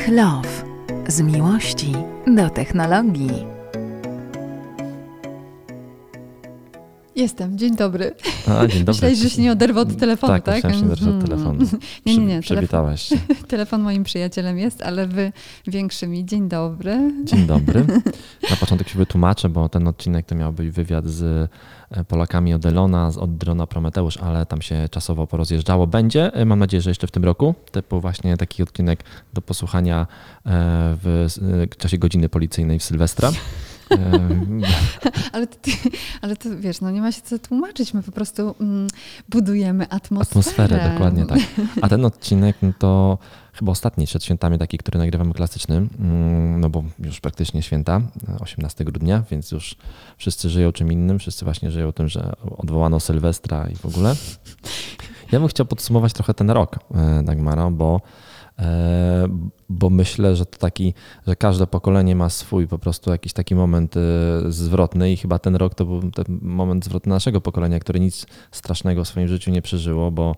Tech Love. Z miłości do technologii. Jestem, dzień dobry. Dzień dobry. Myślałeś, że się nie oderwę od telefonu, tak? Tak, myślałem, że się od telefonu. Nie. Przywitałaś się. Telefon moim przyjacielem jest, ale wy większymi. Dzień dobry. Dzień dobry. Na początek się wytłumaczę, bo ten odcinek to miał być wywiad z Polakami od Elona, od drona Prometeusz, ale tam się czasowo porozjeżdżało. Będzie, mam nadzieję, że jeszcze w tym roku. Typu właśnie taki odcinek do posłuchania w czasie godziny policyjnej w Sylwestra. Ale to wiesz, no nie ma się co tłumaczyć, my po prostu budujemy atmosferę. Atmosferę, dokładnie tak. A ten odcinek to chyba ostatni przed świętami, taki, który nagrywamy klasyczny, no bo już praktycznie święta, 18 grudnia, więc już wszyscy żyją czym innym, wszyscy właśnie żyją tym, że odwołano Sylwestra i w ogóle. Ja bym chciał podsumować trochę ten rok, Dagmara, bo myślę, że to taki, że każde pokolenie ma swój po prostu jakiś taki moment zwrotny i chyba ten rok to był ten moment zwrotny naszego pokolenia, które nic strasznego w swoim życiu nie przeżyło, bo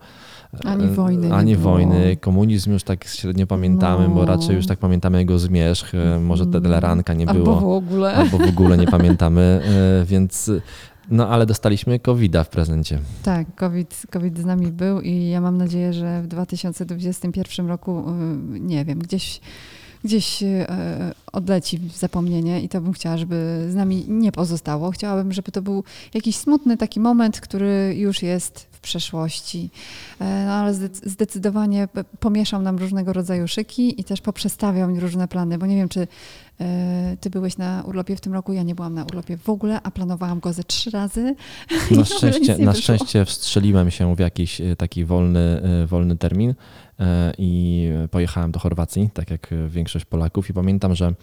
ani wojny, komunizm już tak średnio pamiętamy, bo raczej już tak pamiętamy jego zmierzch, może Tedleranka nie było, albo w ogóle nie pamiętamy, więc... No ale dostaliśmy COVID-a w prezencie. Tak, COVID z nami był i ja mam nadzieję, że w 2021 roku, nie wiem, gdzieś odleci w zapomnienie i to bym chciała, żeby z nami nie pozostało. Chciałabym, żeby to był jakiś smutny taki moment, który już jest w przeszłości. No ale zdecydowanie pomieszał nam różnego rodzaju szyki i też poprzestawiał mi różne plany, bo nie wiem, czy ty byłeś na urlopie w tym roku, ja nie byłam na urlopie w ogóle, a planowałam go ze 3 razy. Na szczęście wstrzeliłem się w jakiś taki wolny termin i pojechałem do Chorwacji, tak jak większość Polaków, i pamiętam, że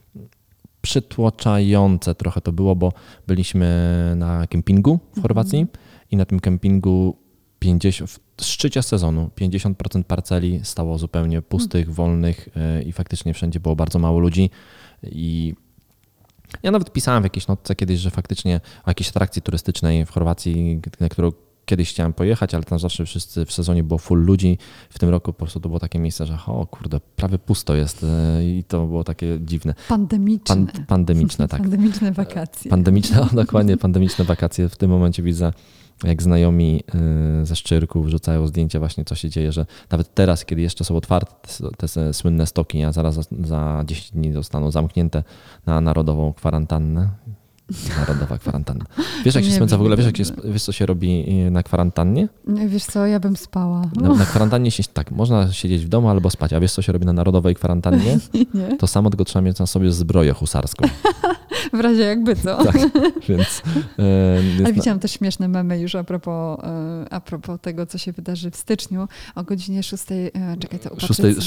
przytłoczające trochę to było, bo byliśmy na kempingu w Chorwacji i na tym kempingu w szczycie sezonu 50% parceli stało zupełnie pustych, wolnych i faktycznie wszędzie było bardzo mało ludzi. I ja nawet pisałem w jakiejś notce kiedyś, że faktycznie o jakiejś atrakcji turystycznej w Chorwacji, na którą kiedyś chciałem pojechać, ale tam zawsze wszyscy w sezonie było full ludzi. W tym roku po prostu to było takie miejsce, że o kurde, prawie pusto jest i to było takie dziwne. Pandemiczne, tak. Pandemiczne wakacje. Dokładnie, pandemiczne wakacje. W tym momencie widzę, jak znajomi ze Szczyrku wrzucają zdjęcia właśnie, co się dzieje, że nawet teraz, kiedy jeszcze są otwarte te słynne stoki, a zaraz za 10 dni zostaną zamknięte na narodową kwarantannę. Narodowa kwarantanna. Wiesz, jak się spędza w ogóle? Wiesz, co się robi na kwarantannie? Wiesz co, ja bym spała. Na kwarantannie tak, można siedzieć w domu albo spać. A wiesz, co się robi na narodowej kwarantannie? Nie. To samo, tylko trzeba mieć na sobie zbroję husarską. W razie jakby co. Tak, więc... Ale widziałam też śmieszne memy już a propos tego, co się wydarzy w styczniu o godzinie 6. Czekaj, to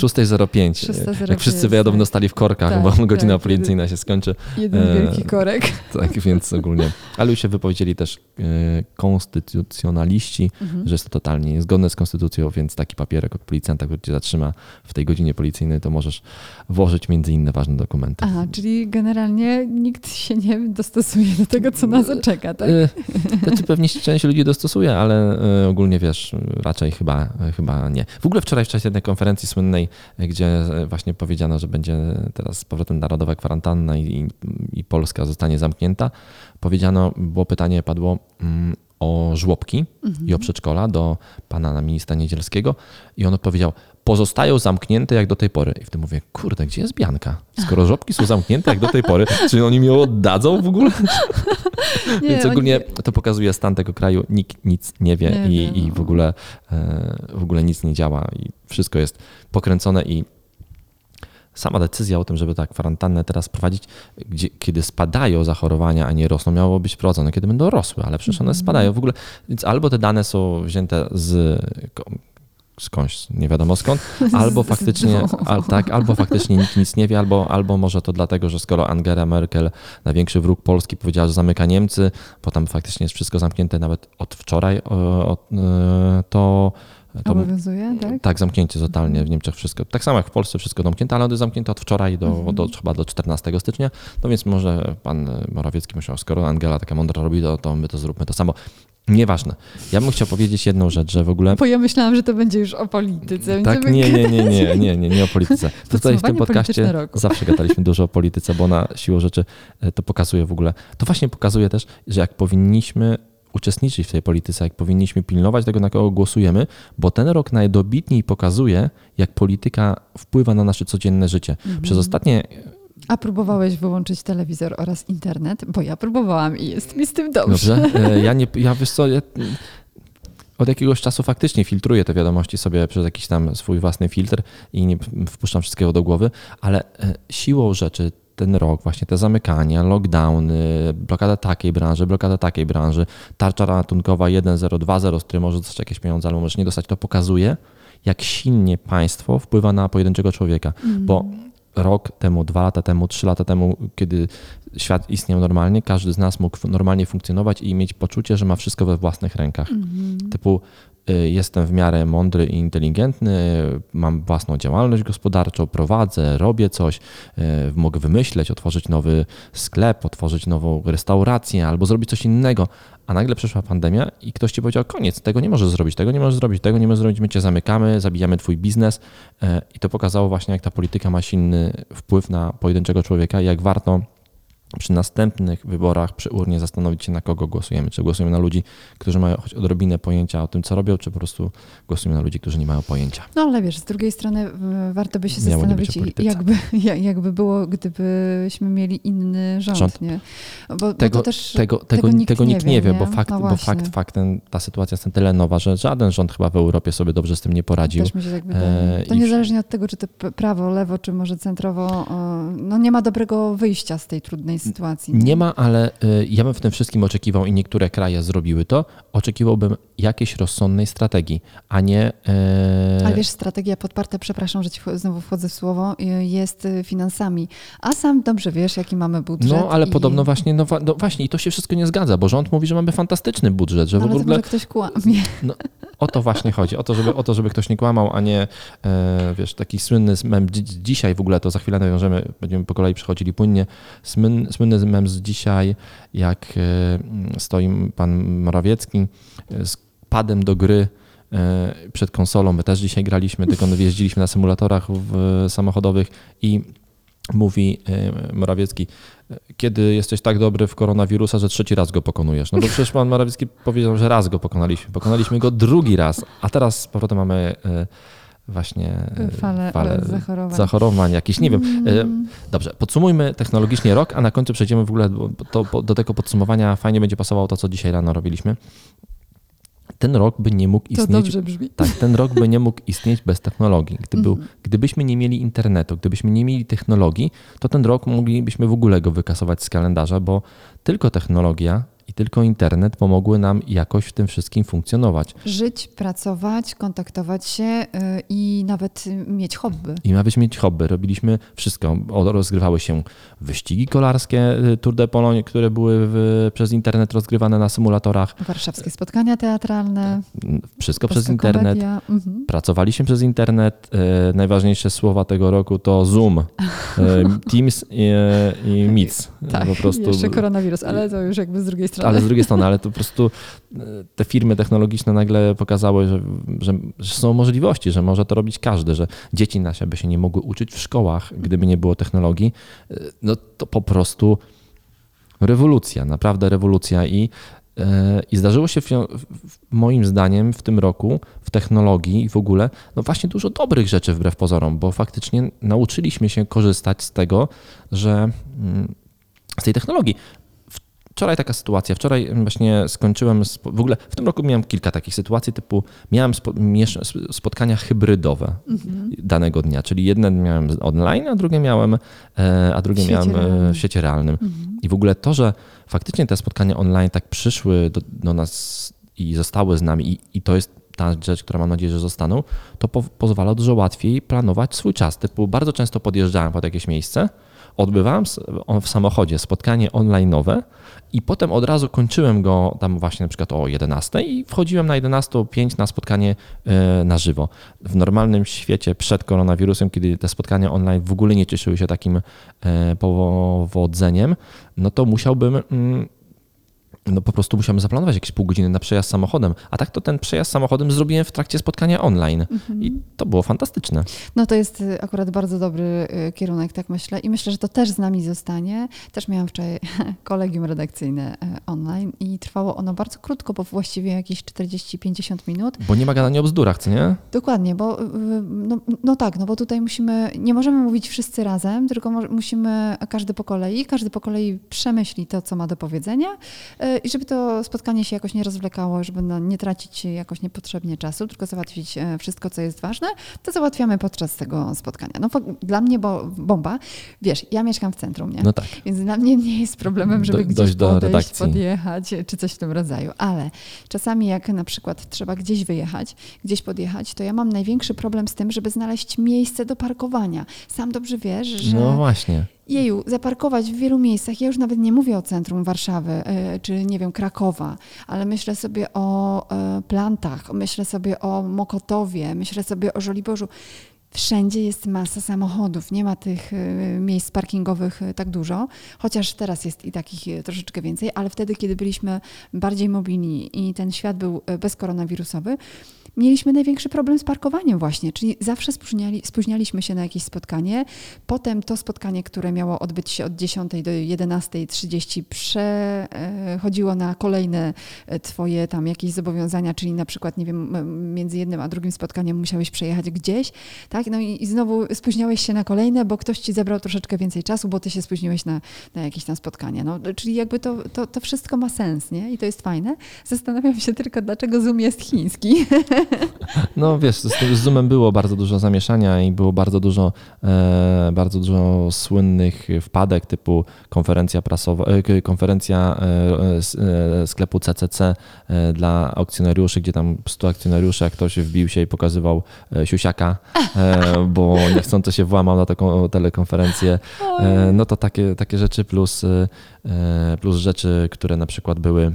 6:05. Jak wszyscy wyjadą dostali w korkach, tak, bo godzina tak, policyjna się skończy. Jeden wielki korek. Tak, więc ogólnie. Ale już się wypowiedzieli też konstytucjonaliści, że jest to totalnie niezgodne z konstytucją, więc taki papierek od policjanta, który cię zatrzyma w tej godzinie policyjnej, to możesz włożyć między inne ważne dokumenty. Aha, czyli generalnie nikt się nie dostosuje do tego, co nas czeka, tak? Znaczy pewnie część ludzi dostosuje, ale ogólnie wiesz, raczej chyba nie. W ogóle wczoraj w czasie jednej konferencji słynnej, gdzie właśnie powiedziano, że będzie teraz z powrotem narodowa kwarantanna i Polska zostanie zamknięta, było pytanie, padło o żłobki i o przedszkola do pana ministra Niedzielskiego i on odpowiedział, pozostają zamknięte jak do tej pory. I wtedy mówię, kurde, gdzie jest Bianka? Skoro żłobki są zamknięte jak do tej pory, czy oni mi ją oddadzą w ogóle? Nie, więc ogólnie to pokazuje stan tego kraju, nikt nic nie wie i w ogóle nic nie działa i wszystko jest pokręcone i sama decyzja o tym, żeby tak kwarantannę teraz prowadzić, kiedy spadają zachorowania, a nie rosną, miało być wprowadzone, kiedy będą rosły, ale przecież one spadają w ogóle. Więc albo te dane są wzięte skądś, nie wiadomo skąd, albo faktycznie nikt nic nie wie, albo może to dlatego, że skoro Angela Merkel, największy wróg Polski, powiedziała, że zamyka Niemcy, bo tam faktycznie jest wszystko zamknięte nawet od wczoraj, to obowiązuje, tak? Tak, zamknięcie totalnie w Niemczech wszystko. Tak samo jak w Polsce wszystko zamknięte, ale jest zamknięte od wczoraj chyba do 14 stycznia. No więc może pan Morawiecki myślał, skoro Angela taka mądra robi, to my to zróbmy to samo. Nieważne. Ja bym chciał powiedzieć jedną rzecz, że w ogóle... Bo ja myślałam, że to będzie już o polityce. Tak, nie o polityce. Tutaj w tym podcaście zawsze gadaliśmy dużo o polityce, bo ona siłą rzeczy to pokazuje w ogóle. To właśnie pokazuje też, że jak powinniśmy uczestniczyć w tej polityce, jak powinniśmy pilnować tego, na kogo głosujemy, bo ten rok najdobitniej pokazuje, jak polityka wpływa na nasze codzienne życie. Przez ostatnie... A próbowałeś wyłączyć telewizor oraz internet? Bo ja próbowałam i jest mi z tym dobrze. Wiesz co, od jakiegoś czasu faktycznie filtruję te wiadomości sobie przez jakiś tam swój własny filtr i nie wpuszczam wszystkiego do głowy, ale siłą rzeczy ten rok, właśnie te zamykania, lockdowny, blokada takiej branży, tarcza ratunkowa 1.0, z której możesz dostać jakieś pieniądze, albo możesz nie dostać, to pokazuje, jak silnie państwo wpływa na pojedynczego człowieka, bo rok temu, 2 lata temu, 3 lata temu, kiedy świat istniał normalnie, każdy z nas mógł normalnie funkcjonować i mieć poczucie, że ma wszystko we własnych rękach. Typu jestem w miarę mądry i inteligentny, mam własną działalność gospodarczą, prowadzę, robię coś, mogę wymyśleć, otworzyć nowy sklep, otworzyć nową restaurację albo zrobić coś innego. A nagle przyszła pandemia i ktoś ci powiedział, koniec, tego nie możesz zrobić, my cię zamykamy, zabijamy twój biznes. I to pokazało właśnie, jak ta polityka ma silny wpływ na pojedynczego człowieka i jak warto przy następnych wyborach przy urnie zastanowić się, na kogo głosujemy. Czy głosujemy na ludzi, którzy mają choć odrobinę pojęcia o tym, co robią, czy po prostu głosujemy na ludzi, którzy nie mają pojęcia. No ale wiesz, z drugiej strony warto by się zastanowić, jakby było, gdybyśmy mieli inny rząd. Nie? Bo tego nikt nie wie, bo faktem ta sytuacja jest na tyle nowa, że żaden rząd chyba w Europie sobie dobrze z tym nie poradził. Też mi się tak wydaje. To niezależnie od tego, czy to prawo, lewo, czy może centrowo, no nie ma dobrego wyjścia z tej trudnej sytuacji. Nie ma, ale ja bym w tym wszystkim oczekiwał i niektóre kraje zrobiły to, oczekiwałbym jakiejś rozsądnej strategii, a nie... Ale wiesz, strategia podparta, przepraszam, że ci znowu wchodzę w słowo, jest finansami. A sam dobrze wiesz, jaki mamy budżet. No, ale podobno właśnie, właśnie i to się wszystko nie zgadza, bo rząd mówi, że mamy fantastyczny budżet, że ale w ogóle... może ktoś kłamie. No, o to właśnie chodzi, o to, żeby ktoś nie kłamał, a nie, wiesz, taki słynny mem dzisiaj w ogóle, to za chwilę nawiążemy, będziemy po kolei przechodzili płynnie, słynny mem z dzisiaj, jak stoi pan Morawiecki z padem do gry przed konsolą. My też dzisiaj graliśmy, tylko jeździliśmy na symulatorach samochodowych i mówi Morawiecki, kiedy jesteś tak dobry w koronawirusa, że 3. raz go pokonujesz. No bo przecież pan Morawiecki powiedział, że raz go pokonaliśmy. Pokonaliśmy go 2. raz, a teraz z powrotem mamy właśnie falę zachorowań jakichś, nie wiem. Dobrze, podsumujmy technologicznie rok, a na końcu przejdziemy w ogóle do tego podsumowania. Fajnie będzie pasowało to, co dzisiaj rano robiliśmy. Ten rok by nie mógł istnieć. To dobrze brzmi. Tak, ten rok by nie mógł istnieć bez technologii. Gdybyśmy nie mieli internetu, gdybyśmy nie mieli technologii, to ten rok moglibyśmy w ogóle go wykasować z kalendarza, bo tylko technologia i tylko internet pomogły nam jakoś w tym wszystkim funkcjonować. Żyć, pracować, kontaktować się i nawet mieć hobby. Robiliśmy wszystko. Rozgrywały się wyścigi kolarskie Tour de Pologne, które były przez internet rozgrywane na symulatorach. Warszawskie spotkania teatralne. Wszystko przez internet. Pracowaliśmy przez internet. Najważniejsze słowa tego roku to Zoom, Teams i Meets. Tak, po prostu. Jeszcze koronawirus, ale to już jakby z drugiej strony. Ale z drugiej strony, ale to po prostu te firmy technologiczne nagle pokazały, że są możliwości, że może to robić każdy, że dzieci nasze by się nie mogły uczyć w szkołach, gdyby nie było technologii. No to po rewolucja, naprawdę rewolucja i zdarzyło się moim zdaniem w tym roku w technologii i w ogóle no właśnie dużo dobrych rzeczy wbrew pozorom, bo faktycznie nauczyliśmy się korzystać z tego, że z tej technologii. Wczoraj taka sytuacja, wczoraj właśnie skończyłem, w ogóle w tym roku miałem kilka takich sytuacji, typu miałem spotkania hybrydowe danego dnia, czyli jedne miałem online, a drugie miałem w świecie realnym. I w ogóle to, że faktycznie te spotkania online tak przyszły do nas i zostały z nami i to jest ta rzecz, która mam nadzieję, że zostaną, to pozwala dużo łatwiej planować swój czas. Typu bardzo często podjeżdżałem pod jakieś miejsce, odbywałem w samochodzie spotkanie online'owe i potem od razu kończyłem go tam właśnie na przykład o 11 i wchodziłem na 11:05 na spotkanie na żywo. W normalnym świecie przed koronawirusem, kiedy te spotkania online w ogóle nie cieszyły się takim powodzeniem, no to musiałbym no po prostu musiałem zaplanować jakieś pół godziny na przejazd samochodem, a tak to ten przejazd samochodem zrobiłem w trakcie spotkania online i to było fantastyczne. No to jest akurat bardzo dobry kierunek, tak myślę i myślę, że to też z nami zostanie. Też miałam wczoraj kolegium redakcyjne online i trwało ono bardzo krótko, bo właściwie jakieś 40-50 minut. Bo nie ma gadania o bzdurach, co nie? Dokładnie, bo no tak, no bo tutaj nie możemy mówić wszyscy razem, tylko musimy każdy po kolei przemyśli to, co ma do powiedzenia i żeby to spotkanie się jakoś nie rozwlekało, żeby nie tracić jakoś niepotrzebnie czasu, tylko załatwić wszystko, co jest ważne, to załatwiamy podczas tego spotkania. No dla mnie bomba, wiesz, ja mieszkam w centrum, nie? No tak. Więc dla mnie nie jest problemem, żeby gdzieś podejść, podjechać, czy coś w tym rodzaju, ale czasami jak na przykład trzeba gdzieś wyjechać, gdzieś podjechać, to ja mam największy problem z tym, żeby znaleźć miejsce do parkowania. Sam dobrze wiesz, że... No właśnie. Zaparkować w wielu miejscach, ja już nawet nie mówię o centrum Warszawy, czy nie wiem, Krakowa, ale myślę sobie o Plantach, myślę sobie o Mokotowie, myślę sobie o Żoliborzu. Wszędzie jest masa samochodów, nie ma tych miejsc parkingowych tak dużo, chociaż teraz jest i takich troszeczkę więcej, ale wtedy, kiedy byliśmy bardziej mobilni i ten świat był bezkoronawirusowy, mieliśmy największy problem z parkowaniem właśnie, czyli zawsze spóźnialiśmy się na jakieś spotkanie, potem to spotkanie, które miało odbyć się od 10 do 11:30 przechodziło na kolejne twoje tam jakieś zobowiązania, czyli na przykład, nie wiem, między jednym a drugim spotkaniem musiałeś przejechać gdzieś, tak? No i znowu spóźniałeś się na kolejne, bo ktoś ci zabrał troszeczkę więcej czasu, bo ty się spóźniłeś na jakieś tam spotkanie. No, czyli jakby to wszystko ma sens, nie? I to jest fajne. Zastanawiam się tylko, dlaczego Zoom jest chiński. No wiesz, z Zoomem było bardzo dużo zamieszania i było bardzo dużo słynnych wpadek typu konferencja sklepu CCC dla akcjonariuszy, gdzie tam 100 akcjonariuszy, jak ktoś wbił się i pokazywał siusiaka, bo niechcący się włamał na taką telekonferencję. No to takie rzeczy plus rzeczy, które na przykład były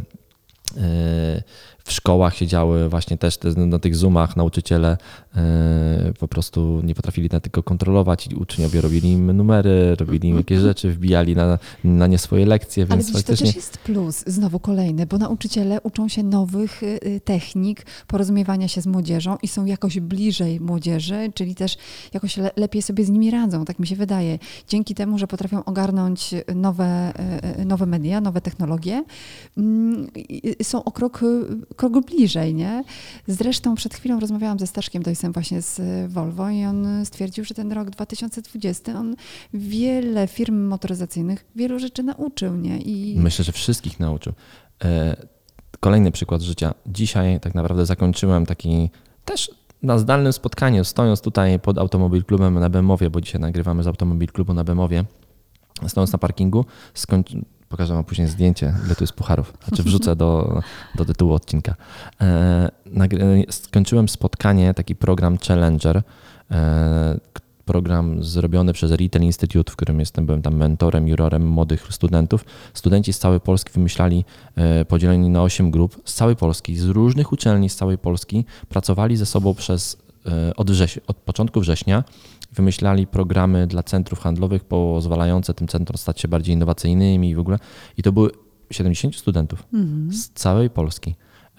w szkołach się działy właśnie też na tych Zoomach nauczyciele po prostu nie potrafili tego kontrolować i uczniowie robili im numery, robili im jakieś rzeczy, wbijali na nie swoje lekcje. Ale więc widzisz, faktycznie... to też jest plus, znowu kolejny, bo nauczyciele uczą się nowych technik porozumiewania się z młodzieżą i są jakoś bliżej młodzieży, czyli też jakoś lepiej sobie z nimi radzą, tak mi się wydaje. Dzięki temu, że potrafią ogarnąć nowe media, nowe technologie, są o krok bliżej, nie? Zresztą przed chwilą rozmawiałam ze Staszkiem Dojsem właśnie z Volvo i on stwierdził, że ten rok 2020 on wiele firm motoryzacyjnych wielu rzeczy nauczył, nie? Myślę, że wszystkich nauczył. Kolejny przykład życia. Dzisiaj tak naprawdę zakończyłem taki też na zdalnym spotkaniu, stojąc tutaj pod Automobil Klubem na Bemowie, bo dzisiaj nagrywamy z Automobil Klubu na Bemowie, stojąc na parkingu, pokażę wam później zdjęcie, ile tu jest pucharów. Znaczy wrzucę do tytułu odcinka. Skończyłem spotkanie, taki program Challenger, program zrobiony przez Retail Institute, w którym byłem tam mentorem, jurorem młodych studentów. Studenci z całej Polski wymyślali, podzieleni na 8 grup, z całej Polski, z różnych uczelni z całej Polski, pracowali ze sobą od początku września, wymyślali programy dla centrów handlowych pozwalające tym centrum stać się bardziej innowacyjnymi i w ogóle. I to było 70 studentów z całej Polski.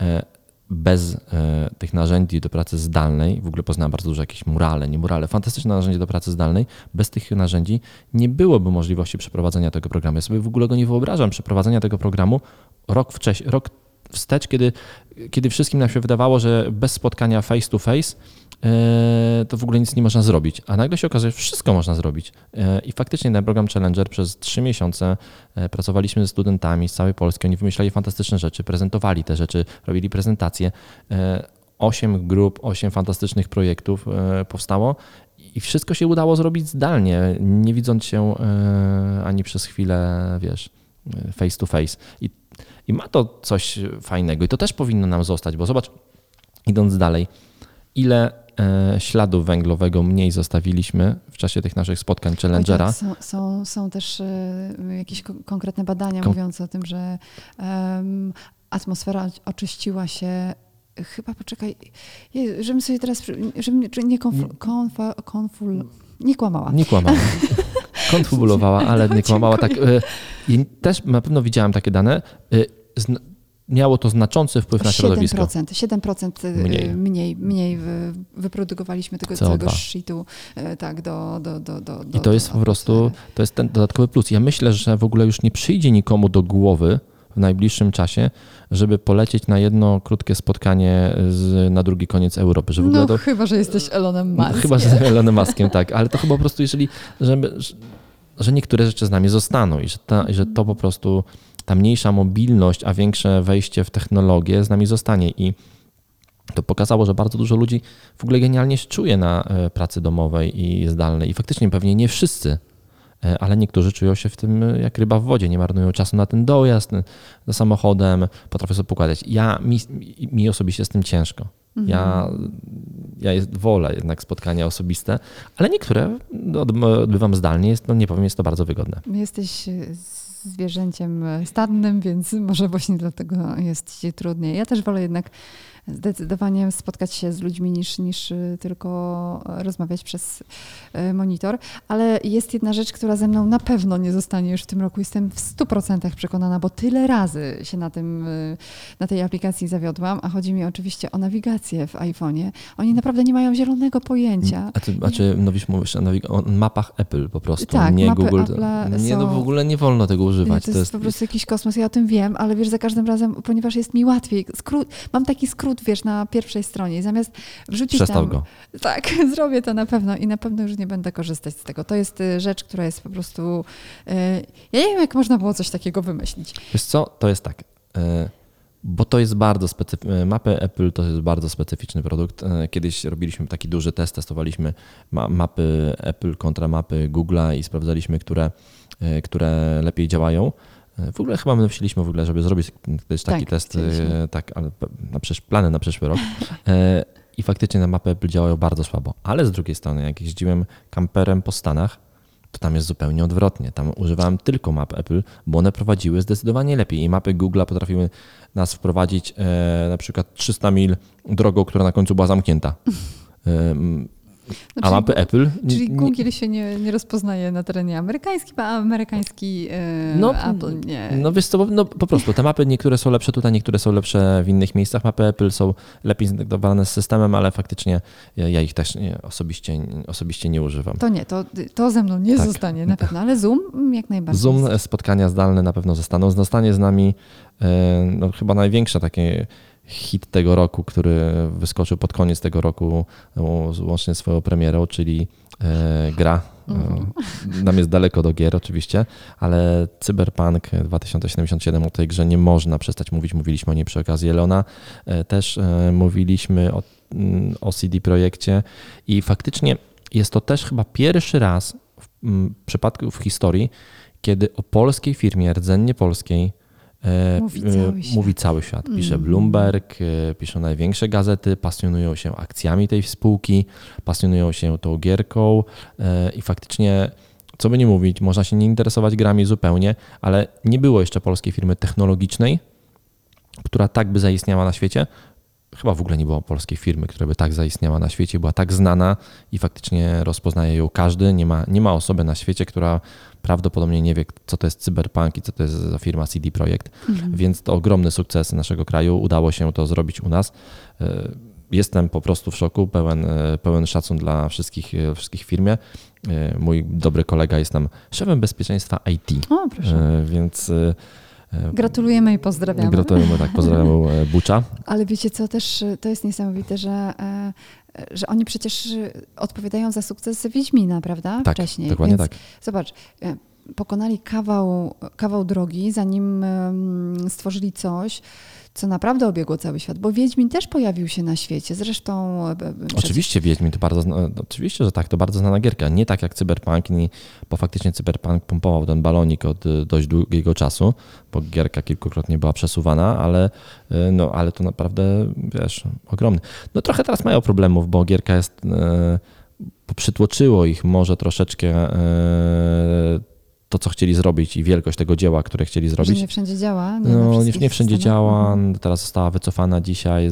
Bez tych narzędzi do pracy zdalnej, w ogóle poznałem bardzo dużo jakieś murale, fantastyczne narzędzie do pracy zdalnej, bez tych narzędzi nie byłoby możliwości przeprowadzenia tego programu. Ja sobie w ogóle go nie wyobrażam przeprowadzenia tego programu rok wstecz, kiedy wszystkim nam się wydawało, że bez spotkania face to face to w ogóle nic nie można zrobić. A nagle się okazuje, że wszystko można zrobić. I faktycznie ten program Challenger przez 3 miesiące pracowaliśmy ze studentami z całej Polski. Oni wymyślali fantastyczne rzeczy, prezentowali te rzeczy, robili prezentacje. 8 grup, 8 fantastycznych projektów powstało i wszystko się udało zrobić zdalnie, nie widząc się ani przez chwilę, wiesz, face to face. I ma to coś fajnego i to też powinno nam zostać, bo zobacz, idąc dalej, ile śladu węglowego mniej zostawiliśmy w czasie tych naszych spotkań Challengera. Tak, są też jakieś konkretne badania mówiące o tym, że atmosfera oczyściła się. Chyba, poczekaj, żebym sobie teraz, nie kłamała. Nie kłamała. Konfabulowała, ale nie kłamała. Tak. I też na pewno widziałem takie dane. miało to znaczący wpływ na środowisko. 7% mniej wyprodukowaliśmy tego całego shitu tak, I to jest po prostu, to jest ten dodatkowy plus. Ja myślę, że w ogóle już nie przyjdzie nikomu do głowy w najbliższym czasie, żeby polecieć na jedno krótkie spotkanie na drugi koniec Europy. Że w ogóle to, chyba, że jesteś Elonem Muskiem. Chyba, że jestem Elonem Muskiem, tak. Ale to chyba po prostu, że niektóre rzeczy z nami zostaną i że to po prostu ta mniejsza mobilność, a większe wejście w technologię z nami zostanie. I to pokazało, że bardzo dużo ludzi w ogóle genialnie się czuje na pracy domowej i zdalnej. I faktycznie pewnie nie wszyscy, ale niektórzy czują się w tym jak ryba w wodzie, nie marnują czasu na ten dojazd za samochodem, potrafią sobie pokładać. Mi osobiście z tym ciężko. Ja wolę jednak spotkania osobiste, ale niektóre odbywam zdalnie, nie powiem, jest to bardzo wygodne. Jesteś zwierzęciem stadnym, więc może właśnie dlatego jest ci trudniej. Ja też wolę jednak zdecydowanie spotkać się z ludźmi niż tylko rozmawiać przez monitor. Ale jest jedna rzecz, która ze mną na pewno nie zostanie już w tym roku. Jestem w 100% przekonana, bo tyle razy się na tej aplikacji zawiodłam, a chodzi mi oczywiście o nawigację w iPhone'ie. Oni naprawdę nie mają zielonego pojęcia. Mówisz o mapach Apple po prostu, tak, nie Google. Nie, w ogóle nie wolno tego używać. To jest po prostu jakiś kosmos, ja o tym wiem, ale wiesz, za każdym razem, ponieważ jest mi łatwiej. Mam taki skrót, wiesz, na pierwszej stronie i zamiast wrzucić Przestał go. Tak, zrobię to na pewno i na pewno już nie będę korzystać z tego. To jest rzecz, która jest po prostu... Ja nie wiem, jak można było coś takiego wymyślić. Wiesz co, to jest tak, bo to jest bardzo mapy Apple to jest bardzo specyficzny produkt. Kiedyś robiliśmy taki duży test, testowaliśmy mapy Apple kontra mapy Google'a i sprawdzaliśmy, które lepiej działają. W ogóle chyba wymyśliliśmy żeby zrobić taki test, tak, ale plany na przyszły rok. I faktycznie na mapy Apple działają bardzo słabo. Ale z drugiej strony, jak jeździłem kamperem po Stanach, to tam jest zupełnie odwrotnie. Tam używałem tylko map Apple, bo one prowadziły zdecydowanie lepiej. I mapy Google'a potrafiły nas wprowadzić na przykład 300 mil drogą, która na końcu była zamknięta. A mapy Apple... Czyli Google się nie rozpoznaje na terenie amerykańskim, a amerykański Apple nie. No wiesz co, po prostu te mapy niektóre są lepsze tutaj, niektóre są lepsze w innych miejscach. Mapy Apple są lepiej zintegrowane z systemem, ale faktycznie ja ich też osobiście nie używam. To ze mną nie zostanie na pewno, ale Zoom jak najbardziej. Zoom, spotkania zdalne na pewno zostaną. Zostanie z nami chyba największe takie hit tego roku, który wyskoczył pod koniec tego roku łącznie z swoją premierą, czyli gra. Nam jest daleko do gier oczywiście, ale Cyberpunk 2077, o tej grze nie można przestać mówić. Mówiliśmy o niej przy okazji Elona. Też mówiliśmy o CD Projekcie i faktycznie jest to też chyba pierwszy raz w historii, kiedy o polskiej firmie, rdzennie polskiej, mówi cały świat. Pisze Bloomberg, piszą największe gazety, pasjonują się akcjami tej spółki, pasjonują się tą gierką i faktycznie, co by nie mówić, można się nie interesować grami zupełnie, ale nie było jeszcze polskiej firmy technologicznej, która tak by zaistniała na świecie. Chyba w ogóle nie było polskiej firmy, która by tak zaistniała na świecie, była tak znana i faktycznie rozpoznaje ją każdy. Nie ma osoby na świecie, która prawdopodobnie nie wie, co to jest Cyberpunk i co to jest za firma CD Projekt. Więc to ogromny sukces naszego kraju. Udało się to zrobić u nas. Jestem po prostu w szoku, pełen szacun dla wszystkich w firmie. Mój dobry kolega jest tam szefem bezpieczeństwa IT. O, proszę. Więc... Gratulujemy i pozdrawiamy. Gratulujemy, tak, pozdrawiamy Bucza. Ale wiecie co, też to jest niesamowite, że oni przecież odpowiadają za sukces Wiedźmina, prawda? Tak, wcześniej. dokładnie więc tak. Zobacz, pokonali kawał drogi, zanim stworzyli coś, co naprawdę obiegło cały świat, bo Wiedźmin też pojawił się na świecie. Zresztą... Oczywiście Wiedźmin to oczywiście, że tak, to bardzo znana gierka. Nie tak jak Cyberpunk, bo faktycznie Cyberpunk pompował ten balonik od dość długiego czasu, bo gierka kilkukrotnie była przesuwana, ale to naprawdę, wiesz, ogromny. No trochę teraz mają problemów, bo gierka jest... Przytłoczyło ich może troszeczkę to, co chcieli zrobić i wielkość tego dzieła, które chcieli zrobić. Że nie wszędzie działa? Nie wszędzie działa. Teraz została wycofana dzisiaj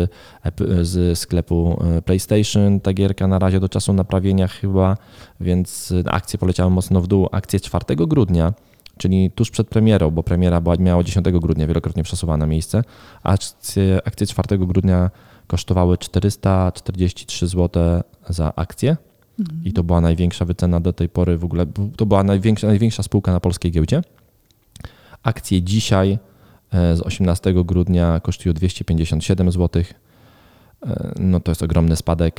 z sklepu PlayStation ta gierka na razie do czasu naprawienia chyba, więc akcje poleciały mocno w dół. Akcje 4 grudnia czyli tuż przed premierą, bo premiera miała 10 grudnia, wielokrotnie przesuwana miejsce, a akcje 4 grudnia kosztowały 443 zł za akcję i to była największa wycena do tej pory w ogóle, to była największa spółka na polskiej giełdzie. Akcje dzisiaj z 18 grudnia kosztują 257 zł. No to jest ogromny spadek,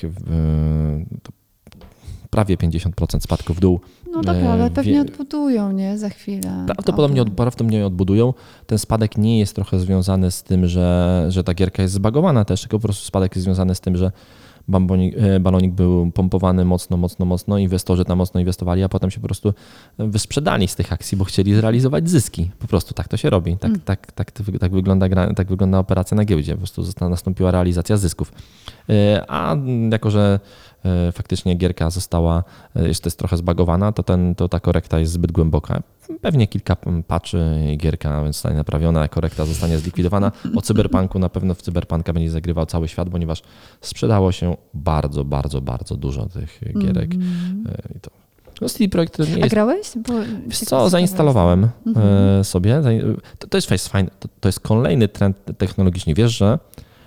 prawie 50% spadku w dół. No dobra, ale pewnie odbudują, nie? Za chwilę. Prawdopodobnie odbudują. Ten spadek nie jest trochę związany z tym, że ta gierka jest zbagowana też, tylko po prostu spadek jest związany z tym, że balonik był pompowany mocno, inwestorzy tam mocno inwestowali, a potem się po prostu wysprzedali z tych akcji, bo chcieli zrealizować zyski. Po prostu tak to się robi. Tak wygląda operacja na giełdzie. Po prostu nastąpiła realizacja zysków. A jako, że faktycznie gierka jest trochę zbagowana, to ta korekta jest zbyt głęboka. Pewnie kilka patchy gierka zostanie naprawiona, korekta zostanie zlikwidowana. O Cyberpunku na pewno w Cyberpunka będzie zagrywał cały świat, ponieważ sprzedało się bardzo, bardzo, bardzo dużo tych gierek. No CD Projekt nie jest... A grałeś? Zainstalowałem sobie. To jest fajne. To jest kolejny trend technologiczny. Wiesz, że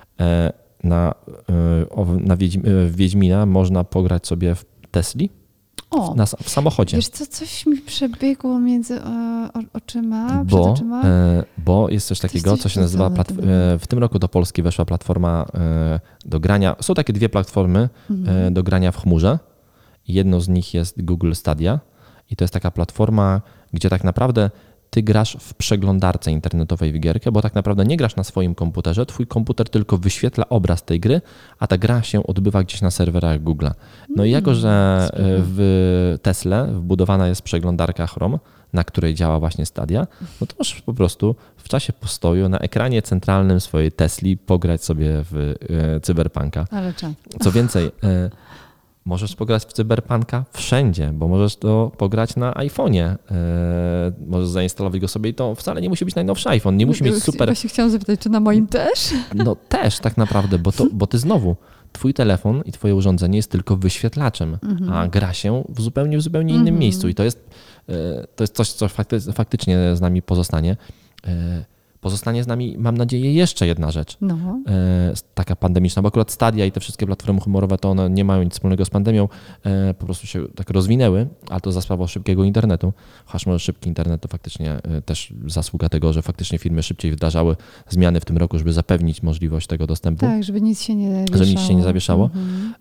w Wiedźmina można pograć sobie w Tesli w samochodzie. Wiesz co, coś mi przebiegło między oczyma, przed oczyma. Bo jest coś takiego, co się nazywa, w tym roku do Polski weszła platforma do grania, są takie dwie platformy do grania w chmurze. Jedną z nich jest Google Stadia i to jest taka platforma, gdzie tak naprawdę ty grasz w przeglądarce internetowej w gierkę, bo tak naprawdę nie grasz na swoim komputerze, twój komputer tylko wyświetla obraz tej gry, a ta gra się odbywa gdzieś na serwerach Google'a. No i jako, że w Tesla wbudowana jest przeglądarka Chrome, na której działa właśnie Stadia, no to możesz po prostu w czasie postoju na ekranie centralnym swojej Tesli pograć sobie w Cyberpunka. Ale czad. Co więcej, możesz pograć w Cyberpunka wszędzie, bo możesz to pograć na iPhone'ie. Możesz zainstalować go sobie i to wcale nie musi być najnowszy iPhone. Nie musi mieć super... Właśnie chciałam zapytać, czy na moim też? No też tak naprawdę, bo ty znowu, twój telefon i twoje urządzenie jest tylko wyświetlaczem, a gra się w zupełnie innym miejscu i to jest coś, co faktycznie z nami pozostanie. Pozostanie z nami, mam nadzieję, jeszcze jedna rzecz, taka pandemiczna, bo akurat Stadia i te wszystkie platformy humorowe, to one nie mają nic wspólnego z pandemią, po prostu się tak rozwinęły, a to za sprawą szybkiego internetu. Chociaż może szybki internet to faktycznie też zasługa tego, że faktycznie firmy szybciej wdrażały zmiany w tym roku, żeby zapewnić możliwość tego dostępu. Tak, żeby nic się nie zawieszało.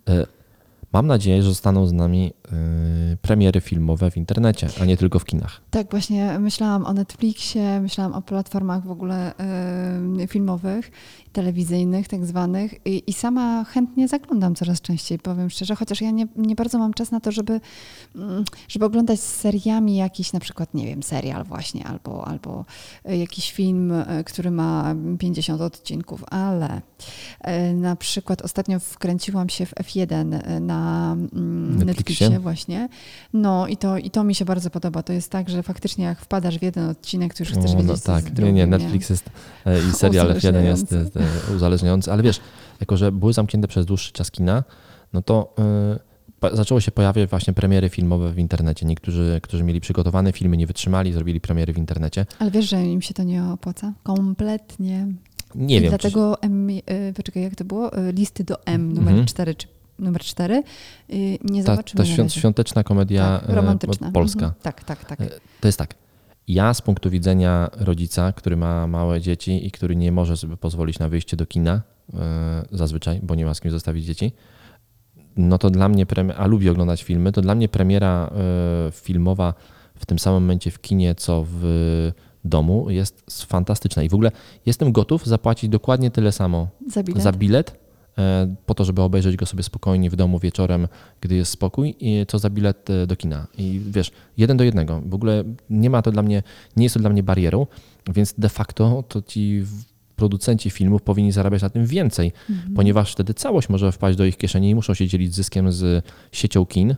Mam nadzieję, że zostaną z nami premiery filmowe w internecie, a nie tylko w kinach. Tak, właśnie myślałam o Netflixie, myślałam o platformach w ogóle filmowych, telewizyjnych tak zwanych i sama chętnie zaglądam coraz częściej, powiem szczerze, chociaż ja nie bardzo mam czas na to, żeby oglądać z seriami jakiś na przykład, nie wiem, serial właśnie albo jakiś film, który ma 50 odcinków, ale na przykład ostatnio wkręciłam się w F1 na Netflixie właśnie. No i to mi się bardzo podoba. To jest tak, że faktycznie jak wpadasz w jeden odcinek, to już chcesz wiedzieć, co jest drugim. Nie, Netflix jest i serial F1 jest uzależniający, ale wiesz, jako że były zamknięte przez dłuższy czas kina, no to zaczęło się pojawiać właśnie premiery filmowe w internecie. Niektórzy, którzy mieli przygotowane filmy, nie wytrzymali, zrobili premiery w internecie. Ale wiesz, że im się to nie opłaca? Kompletnie. Nie wiem. Dlatego poczekaj, jak to było? Listy do M, numer 4. Nie zobaczymy. Ta świąteczna komedia romantyczna. Polska. Tak. To jest tak. Ja z punktu widzenia rodzica, który ma małe dzieci i który nie może sobie pozwolić na wyjście do kina zazwyczaj, bo nie ma z kim zostawić dzieci, no to dla mnie, a lubi oglądać filmy, to dla mnie premiera filmowa w tym samym momencie w kinie, co w domu jest fantastyczna. I w ogóle jestem gotów zapłacić dokładnie tyle samo za bilet po to, żeby obejrzeć go sobie spokojnie w domu wieczorem, gdy jest spokój, co za bilet do kina. I wiesz, 1:1. W ogóle nie jest to dla mnie barierą, więc de facto to ci producenci filmów powinni zarabiać na tym więcej, ponieważ wtedy całość może wpaść do ich kieszeni i muszą się dzielić zyskiem z siecią kin,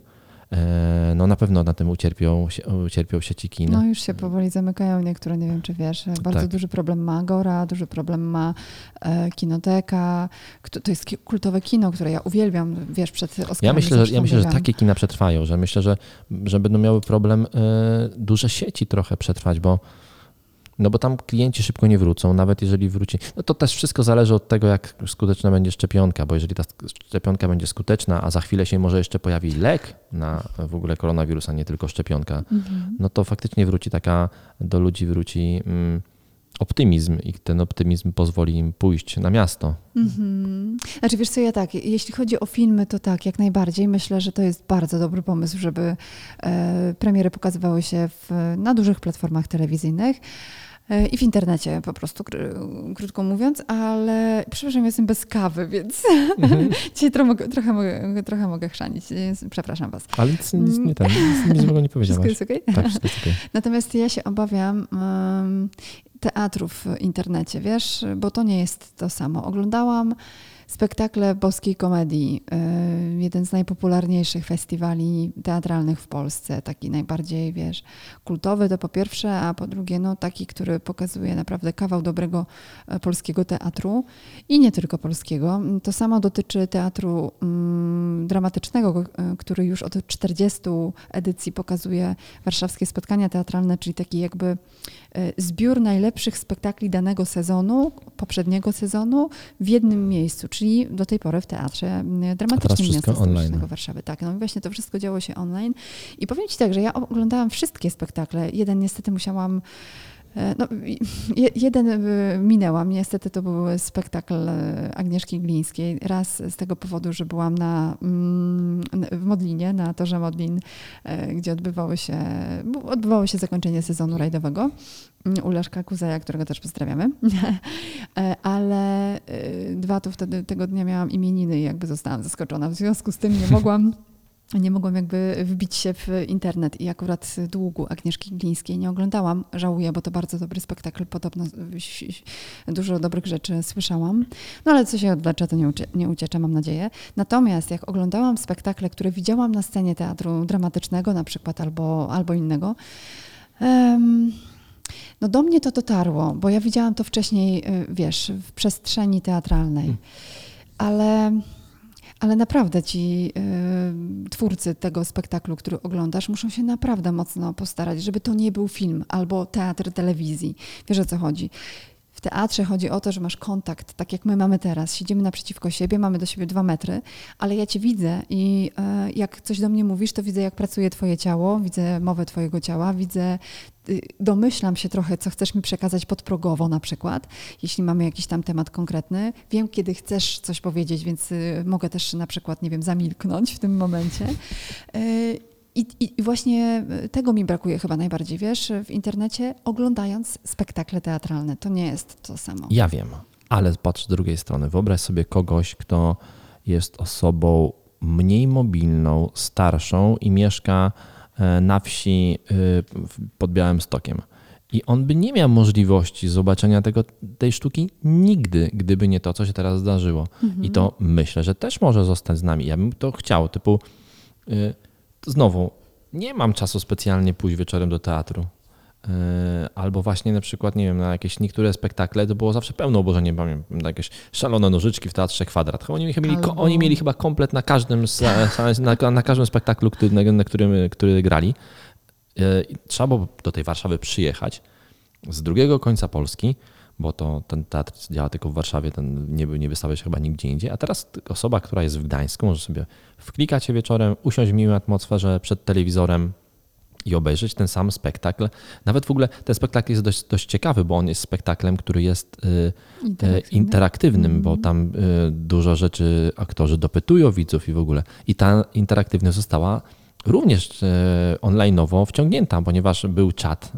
no na pewno na tym ucierpią sieci kin. No już się powoli zamykają niektóre, nie wiem czy wiesz, bardzo duży problem ma Agora, duży problem ma Kinoteka. To jest kultowe kino, które ja uwielbiam, wiesz, przed Oscarami. Ja myślę, że takie kina przetrwają, że myślę, że będą miały problem duże sieci trochę przetrwać, bo tam klienci szybko nie wrócą, nawet jeżeli wróci. No to też wszystko zależy od tego, jak skuteczna będzie szczepionka, bo jeżeli ta szczepionka będzie skuteczna, a za chwilę się może jeszcze pojawi lek na w ogóle koronawirusa, nie tylko szczepionka, no to faktycznie do ludzi wróci optymizm i ten optymizm pozwoli im pójść na miasto. Znaczy wiesz co, jeśli chodzi o filmy, to tak, jak najbardziej. Myślę, że to jest bardzo dobry pomysł, żeby premiery pokazywały się na dużych platformach telewizyjnych i w internecie po prostu, krótko mówiąc, ale przepraszam, jestem bez kawy, więc dzisiaj trochę mogę chrzanić. Przepraszam was. Ale nic złego nie powiedziałaś. Wszystko jest okej? Tak, wszystko jest okej. Natomiast ja się obawiam teatru w internecie, wiesz, bo to nie jest to samo. Oglądałam spektakle boskiej komedii, jeden z najpopularniejszych festiwali teatralnych w Polsce, taki najbardziej, wiesz, kultowy to po pierwsze, a po drugie, taki, który pokazuje naprawdę kawał dobrego polskiego teatru i nie tylko polskiego. To samo dotyczy teatru dramatycznego, który już od 40 edycji pokazuje warszawskie spotkania teatralne, czyli taki jakby zbiór najlepszych spektakli danego sezonu, poprzedniego sezonu w jednym miejscu, czyli do tej pory w Teatrze Dramatycznym Miasta Stołecznego Warszawy. Tak, no i właśnie to wszystko działo się online. I powiem ci tak, że ja oglądałam wszystkie spektakle. Jeden niestety musiałam... jeden minęłam. Niestety to był spektakl Agnieszki Glińskiej. Raz z tego powodu, że byłam w Modlinie, na torze Modlin, gdzie odbywało się zakończenie sezonu rajdowego u Leszka Kuzeja, którego też pozdrawiamy. Ale wtedy tego dnia miałam imieniny i jakby zostałam zaskoczona. W związku z tym nie mogłam jakby wbić się w internet i akurat Długu Agnieszki Glińskiej nie oglądałam. Żałuję, bo to bardzo dobry spektakl. Podobno dużo dobrych rzeczy słyszałam. No ale co się odwlecze, to nie uciecze, mam nadzieję. Natomiast jak oglądałam spektakle, które widziałam na scenie teatru dramatycznego na przykład albo innego, do mnie to dotarło, bo ja widziałam to wcześniej, wiesz, w przestrzeni teatralnej. Ale naprawdę ci twórcy tego spektaklu, który oglądasz, muszą się naprawdę mocno postarać, żeby to nie był film albo teatr telewizji. Wiesz, o co chodzi? W teatrze chodzi o to, że masz kontakt, tak jak my mamy teraz. Siedzimy naprzeciwko siebie, mamy do siebie 2 metry, ale ja cię widzę i jak coś do mnie mówisz, to widzę, jak pracuje twoje ciało, widzę mowę twojego ciała, domyślam się trochę, co chcesz mi przekazać podprogowo na przykład, jeśli mamy jakiś tam temat konkretny. Wiem, kiedy chcesz coś powiedzieć, więc mogę też na przykład, nie wiem, zamilknąć w tym momencie. I właśnie tego mi brakuje chyba najbardziej, wiesz, w internecie, oglądając spektakle teatralne. To nie jest to samo. Ja wiem, ale patrz z drugiej strony. Wyobraź sobie kogoś, kto jest osobą mniej mobilną, starszą i mieszka na wsi pod Białymstokiem. I on by nie miał możliwości zobaczenia tej sztuki nigdy, gdyby nie to, co się teraz zdarzyło. I to myślę, że też może zostać z nami. Ja bym to chciał, znowu, nie mam czasu specjalnie pójść wieczorem do teatru. Albo właśnie na przykład, nie wiem, na jakieś niektóre spektakle to było zawsze pełno, bo że nie pamiętam, na jakieś szalone nożyczki w Teatrze Kwadrat. Oni mieli chyba komplet na każdym na każdym spektaklu, który grali. Trzeba było do tej Warszawy przyjechać z drugiego końca Polski, bo ten teatr działa tylko w Warszawie, nie wystawia się chyba nigdzie indziej. A teraz osoba, która jest w Gdańsku, może sobie wklikać się wieczorem, usiąść w miłej atmosferze przed telewizorem i obejrzeć ten sam spektakl. Nawet w ogóle ten spektakl jest dość ciekawy, bo on jest spektaklem, który jest interaktywnym, bo tam dużo rzeczy aktorzy dopytują widzów i w ogóle. I ta interaktywność została również online'owo wciągnięta, ponieważ był czat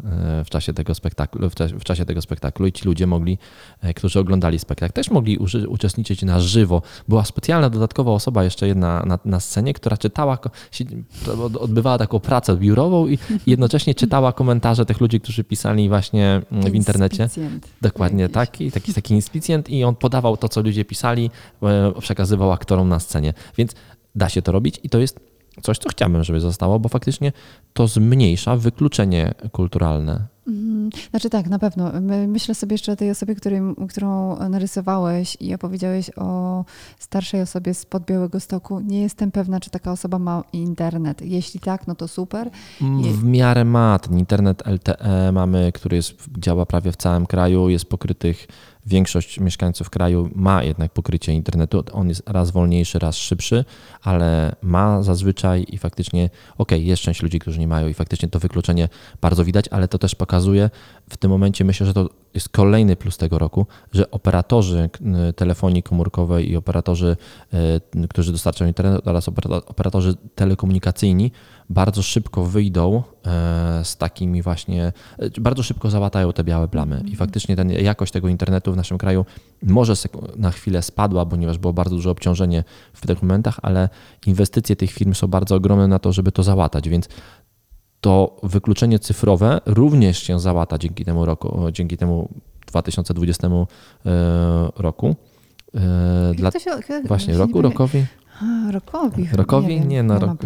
w czasie tego spektaklu i ci ludzie którzy oglądali spektakl, też mogli uczestniczyć na żywo. Była specjalna, dodatkowa osoba, jeszcze jedna na scenie, która odbywała taką pracę biurową i jednocześnie czytała komentarze tych ludzi, którzy pisali właśnie w internecie. Dokładnie taki inspicjent i on podawał to, co ludzie pisali, przekazywał aktorom na scenie. Więc da się to robić i to jest coś, co chciałbym, żeby zostało, bo faktycznie to zmniejsza wykluczenie kulturalne. Znaczy tak, na pewno. Myślę sobie jeszcze o tej osobie, którą narysowałeś i opowiedziałeś o starszej osobie spod Białegostoku. Nie jestem pewna, czy taka osoba ma internet. Jeśli tak, no to super. W miarę ma. Ten internet LTE mamy, który działa prawie w całym kraju, jest pokrytych, większość mieszkańców kraju ma jednak pokrycie internetu. On jest raz wolniejszy, raz szybszy, ale ma zazwyczaj i faktycznie, jest część ludzi, którzy nie mają i faktycznie to wykluczenie bardzo widać, ale to też pokazuje w tym momencie, myślę, że to jest kolejny plus tego roku, że operatorzy telefonii komórkowej i operatorzy, którzy dostarczają internet oraz operatorzy telekomunikacyjni bardzo szybko wyjdą z takimi właśnie, bardzo szybko załatają te białe plamy i faktycznie jakość tego internetu w naszym kraju może na chwilę spadła, ponieważ było bardzo duże obciążenie w tych momentach, ale inwestycje tych firm są bardzo ogromne na to, żeby to załatać, więc to wykluczenie cyfrowe również się załata dzięki temu 2020 roku. Właśnie rokowi. Rokowi? Nie,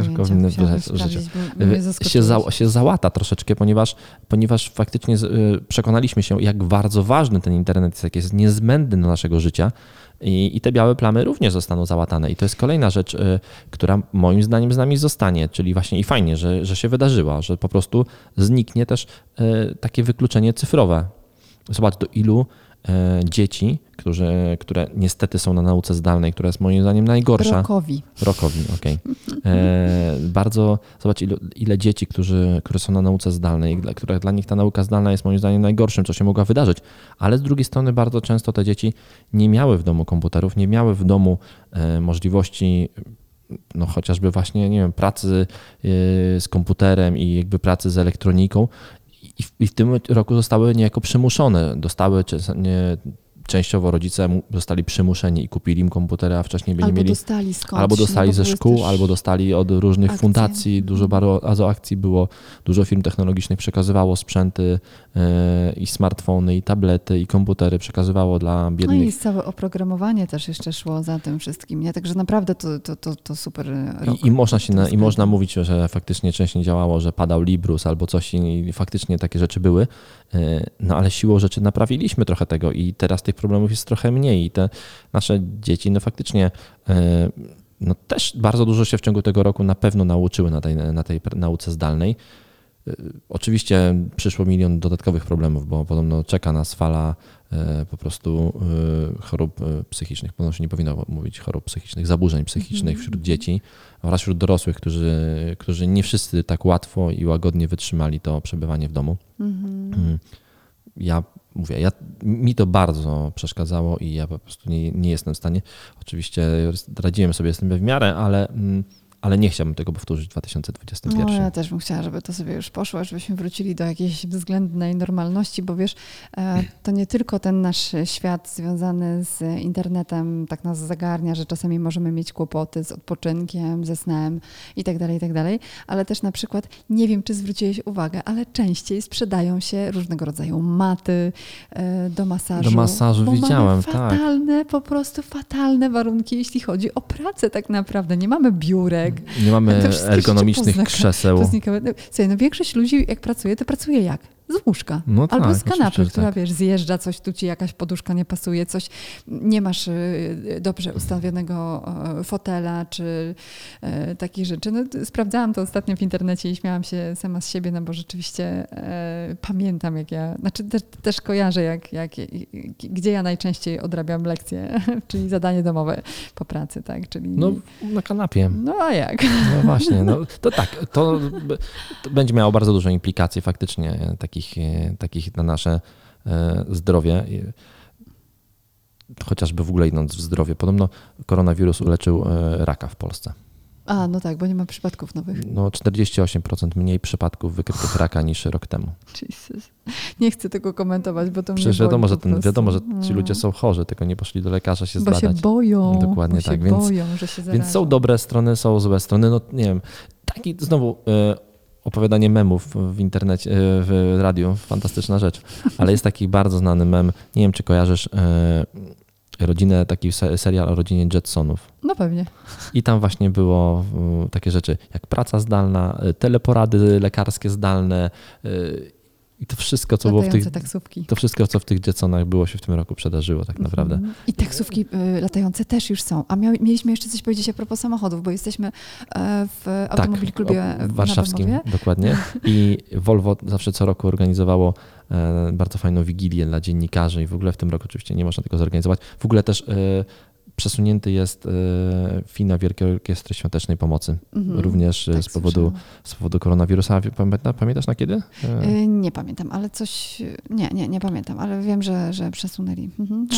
się załata troszeczkę, ponieważ faktycznie przekonaliśmy się, jak bardzo ważny ten internet jest, jak jest niezbędny do naszego życia i te białe plamy również zostaną załatane. I to jest kolejna rzecz, która moim zdaniem z nami zostanie, czyli właśnie i fajnie, że się wydarzyła, że po prostu zniknie też takie wykluczenie cyfrowe. Zobacz, do ilu dzieci, które niestety są na nauce zdalnej, która jest moim zdaniem najgorsza. Rokowi, okej. Bardzo, zobacz ile dzieci, które są na nauce zdalnej, które dla nich ta nauka zdalna jest moim zdaniem najgorszym, co się mogło wydarzyć. Ale z drugiej strony bardzo często te dzieci nie miały w domu komputerów, nie miały w domu możliwości chociażby właśnie, nie wiem, pracy z komputerem i jakby pracy z elektroniką. I w tym roku zostały niejako przymuszone, częściowo rodzice zostali przymuszeni i kupili im komputery, a wcześniej nie mieli. Dostali skądś, albo dostali ze szkół, albo dostali od różnych fundacji. Dużo bardzo akcji było, dużo firm technologicznych przekazywało sprzęty i smartfony, i tablety, i komputery przekazywało dla biednych. No i całe oprogramowanie też jeszcze szło za tym wszystkim, nie? Także naprawdę to super rok. I można mówić, że faktycznie część nie działało, że padał Librus albo coś i faktycznie takie rzeczy były, ale siłą rzeczy naprawiliśmy trochę tego i teraz tych problemów jest trochę mniej i te nasze dzieci faktycznie też bardzo dużo się w ciągu tego roku na pewno nauczyły na tej nauce zdalnej. Oczywiście przyszło 1 milion dodatkowych problemów, bo podobno czeka nas fala po prostu chorób psychicznych, podobno się nie powinno mówić chorób psychicznych, zaburzeń psychicznych wśród dzieci oraz wśród dorosłych, którzy nie wszyscy tak łatwo i łagodnie wytrzymali to przebywanie w domu. Mi to bardzo przeszkadzało i ja po prostu nie jestem w stanie. Oczywiście radziłem sobie z tym w miarę, ale nie chciałbym tego powtórzyć w 2021. Ja też bym chciała, żeby to sobie już poszło, żebyśmy wrócili do jakiejś względnej normalności, bo wiesz, to nie tylko ten nasz świat związany z internetem tak nas zagarnia, że czasami możemy mieć kłopoty z odpoczynkiem, ze snem i tak dalej, ale też na przykład, nie wiem, czy zwróciłeś uwagę, ale częściej sprzedają się różnego rodzaju maty do masażu. Do masażu widziałem, tak. Po prostu fatalne warunki, jeśli chodzi o pracę tak naprawdę. Nie mamy biurek. Nie mamy ergonomicznych krzeseł. Słuchaj, większość ludzi jak pracuje, to pracuje jak? Z łóżka. Albo z kanapy, która zjeżdża, coś tu ci jakaś poduszka nie pasuje, coś nie masz dobrze ustawionego fotela, czy takich rzeczy. Sprawdzałam to ostatnio w internecie i śmiałam się sama z siebie, bo rzeczywiście pamiętam, jak też kojarzę, gdzie ja najczęściej odrabiam lekcje, czyli zadanie domowe po pracy, tak? Czyli... na kanapie. A jak? No właśnie, to tak, to będzie miało bardzo duże implikacje faktycznie takich na nasze zdrowie, chociażby w ogóle idąc w zdrowie. Podobno koronawirus uleczył raka w Polsce. Tak, bo nie ma przypadków nowych. 48% mniej przypadków wykrytych raka niż rok temu. Jesus. Nie chcę tego komentować, bo to mnie przecież wiadomo, że ci ludzie są chorzy, tylko nie poszli do lekarza się zbadać. Bo się boją. Dokładnie tak. Boją, że się zarażą. Więc są dobre strony, są złe strony. Nie wiem, taki znowu opowiadanie memów w internecie, w radiu, fantastyczna rzecz. Ale jest taki bardzo znany mem, nie wiem czy kojarzysz, rodzinę, taki serial o rodzinie Jetsonów. No pewnie. I tam właśnie było takie rzeczy jak praca zdalna, teleporady lekarskie zdalne i to wszystko, co było w tych... taksówki. To wszystko, co w tych Jetsonach było, się w tym roku przydarzyło tak naprawdę. I taksówki latające też już są. A mieliśmy jeszcze coś powiedzieć a propos samochodów, bo jesteśmy w Automobil Klubie warszawskim, na dokładnie. I Volvo zawsze co roku organizowało bardzo fajną wigilię dla dziennikarzy i w ogóle w tym roku oczywiście nie można tego zorganizować. W ogóle też przesunięty jest finał Wielkiej Orkiestry Świątecznej Pomocy. Również tak z powodu koronawirusa. Pamiętasz na kiedy? Nie pamiętam, ale coś... Nie pamiętam, ale wiem, że przesunęli.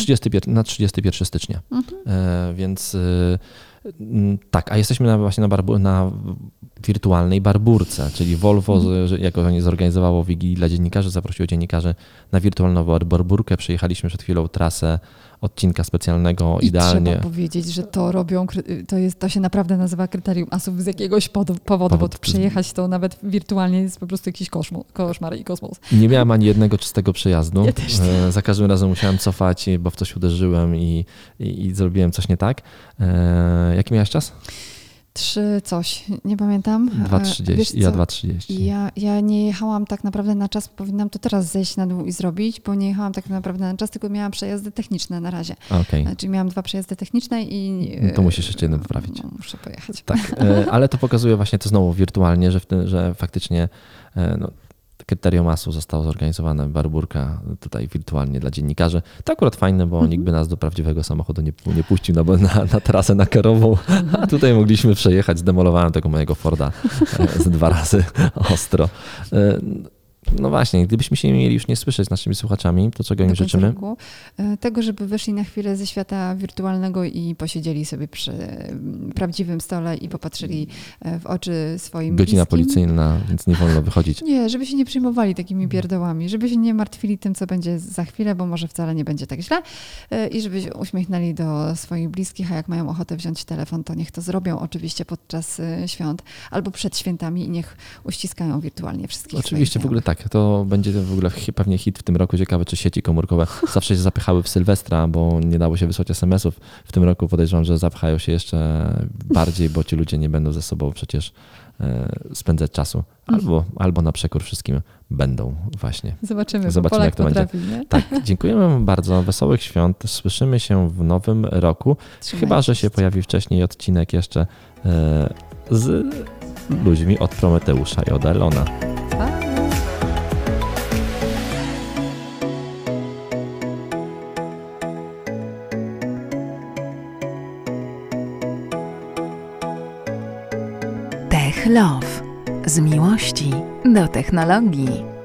31 stycznia. Więc tak, a jesteśmy właśnie na wirtualnej barburce, czyli Volvo, jako oni zorganizowało wigilię dla dziennikarzy, zaprosiło dziennikarzy na wirtualną barburkę. Przejechaliśmy przed chwilą trasę odcinka specjalnego idealnie. Trzeba powiedzieć, że to robią, to się naprawdę nazywa kryterium asów z jakiegoś powodu, bo przejechać to nawet wirtualnie jest po prostu jakiś koszmar i kosmos. Nie miałem ani jednego czystego przejazdu. Ja też nie. Za każdym razem musiałem cofać, bo w coś uderzyłem i zrobiłem coś nie tak. Jaki miałeś czas? 3 coś, nie pamiętam. 2:30, ja 2:30. Ja nie jechałam tak naprawdę na czas, powinnam to teraz zejść na dół i zrobić, bo nie jechałam tak naprawdę na czas, tylko miałam przejazdy techniczne na razie. Okay. Czyli miałam 2 przejazdy techniczne i... To musisz jeszcze jeden poprawić. No, muszę pojechać. Tak, ale to pokazuje właśnie to znowu wirtualnie, że faktycznie kryterium ASU zostało zorganizowane, barburka tutaj wirtualnie dla dziennikarzy. To akurat fajne, bo nikt by nas do prawdziwego samochodu nie puścił na trasę nakarową, a tutaj mogliśmy przejechać. Zdemolowałem tego mojego Forda z 2 razy ostro. No właśnie, gdybyśmy się mieli już nie słyszeć z naszymi słuchaczami, to czego im życzymy? Roku, tego, żeby wyszli na chwilę ze świata wirtualnego i posiedzieli sobie przy prawdziwym stole i popatrzyli w oczy swoim Godzina bliskim. policyjna, więc nie wolno wychodzić. Nie, żeby się nie przejmowali takimi pierdołami, żeby się nie martwili tym, co będzie za chwilę, bo może wcale nie będzie tak źle i żeby się uśmiechnęli do swoich bliskich, a jak mają ochotę wziąć telefon, to niech to zrobią oczywiście podczas świąt albo przed świętami i niech uściskają wirtualnie wszystkich. Oczywiście, w ogóle tak. To będzie w ogóle pewnie hit w tym roku. Ciekawe, czy sieci komórkowe zawsze się zapychały w Sylwestra, bo nie dało się wysłać SMS-ów. W tym roku podejrzewam, że zapychają się jeszcze bardziej, bo ci ludzie nie będą ze sobą przecież spędzać czasu. Albo na przekór wszystkim będą właśnie. Zobaczymy jak to będzie. Nie? Tak, dziękujemy wam bardzo. Wesołych świąt. Słyszymy się w nowym roku. Chyba że się pojawi wcześniej odcinek jeszcze z ludźmi od Prometeusza i od Elona. Tech Love. Z miłości do technologii.